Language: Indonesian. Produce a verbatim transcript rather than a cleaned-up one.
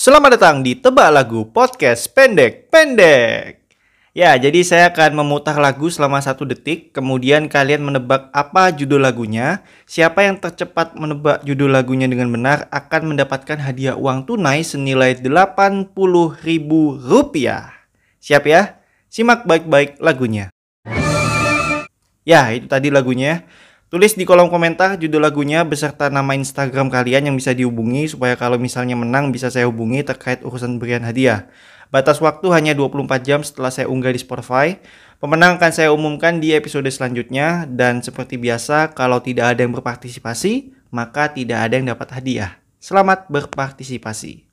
Selamat datang di Tebak Lagu Podcast Pendek-Pendek. Ya, jadi saya akan memutar lagu selama satu detik, kemudian kalian menebak apa judul lagunya. Siapa yang tercepat menebak judul lagunya dengan benar akan mendapatkan hadiah uang tunai senilai delapan puluh ribu rupiah. Siap ya? Simak baik-baik lagunya. Ya, itu tadi lagunya. Tulis di kolom komentar judul lagunya beserta nama Instagram kalian yang bisa dihubungi supaya kalau misalnya menang bisa saya hubungi terkait urusan berian hadiah. Batas waktu hanya dua puluh empat jam setelah saya unggah di Spotify. Pemenang akan saya umumkan di episode selanjutnya dan seperti biasa kalau tidak ada yang berpartisipasi maka tidak ada yang dapat hadiah. Selamat berpartisipasi.